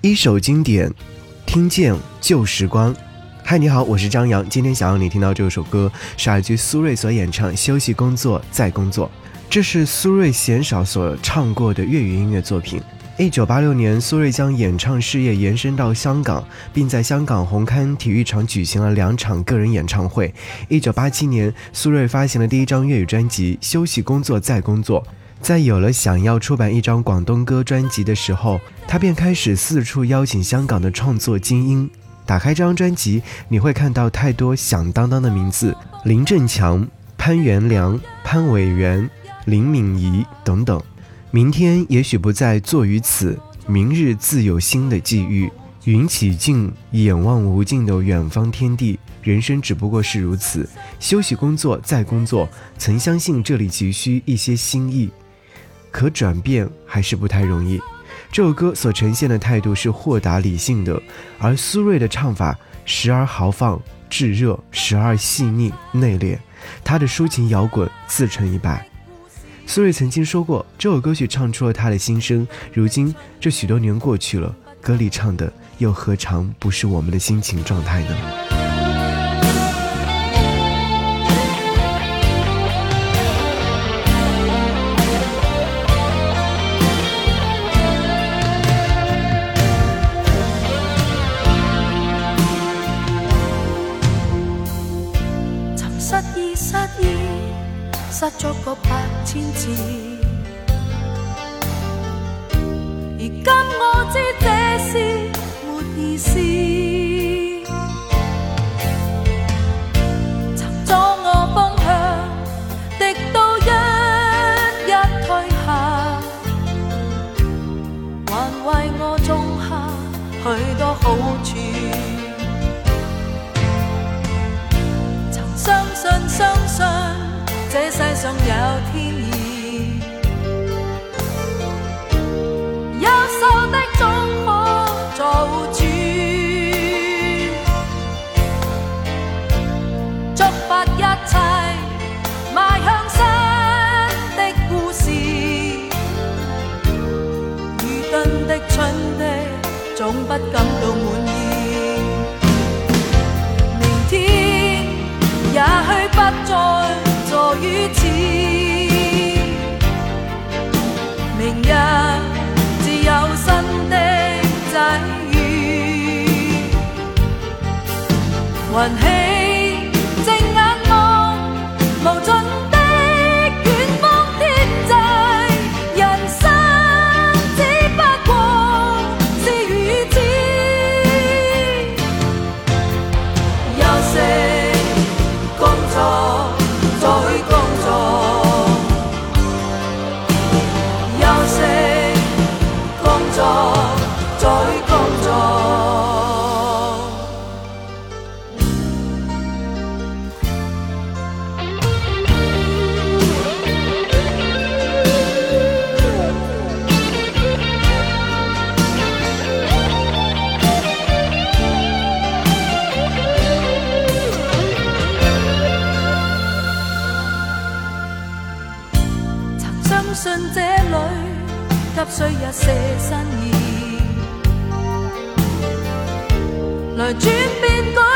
一首经典，听见旧时光。嗨，你好，我是张扬。今天想让你听到这首歌是来自苏芮所演唱《休息工作再工作》，这是苏芮鲜少所唱过的粤语音乐作品。1986年，苏芮将演唱事业延伸到香港，并在香港红磡体育场举行了2场个人演唱会。1987年，苏芮发行了第一张粤语专辑《休息工作再工作》。在有了想要出版一张广东歌专辑的时候，他便开始四处邀请香港的创作精英。打开这张专辑，你会看到太多响当当的名字，林振强、潘元良、潘伟元、林敏仪等等。明天也许不再坐于此，明日自有新的际遇。云起尽，眼望无尽的远方天地，人生只不过是如此。休息工作再工作，曾相信这里急需一些新意，可转变还是不太容易。这首歌所呈现的态度是豁达理性的，而苏芮的唱法时而豪放炙热，时而细腻内敛，她的抒情摇滚自成一派。苏芮曾经说过，这首歌曲唱出了她的心声，如今这许多年过去了，歌里唱的又何尝不是我们的心情状态呢？ 失咗個8000次，而今我知這是沒意思。尋咗我方向，敵到一退下，還為我種下許多好處。曾相信這世上有天意，優秀的總可做主，觸發一切邁向新的故事，愚鈍的蠢的總不感到滿意，明天也許不再坐於此，明日自有新的際遇，雲起正眼望無盡的遠方天際，人生只不過是如此，休息工作再工作，休息工作再工作。相信這裏急需一些新意，來轉變。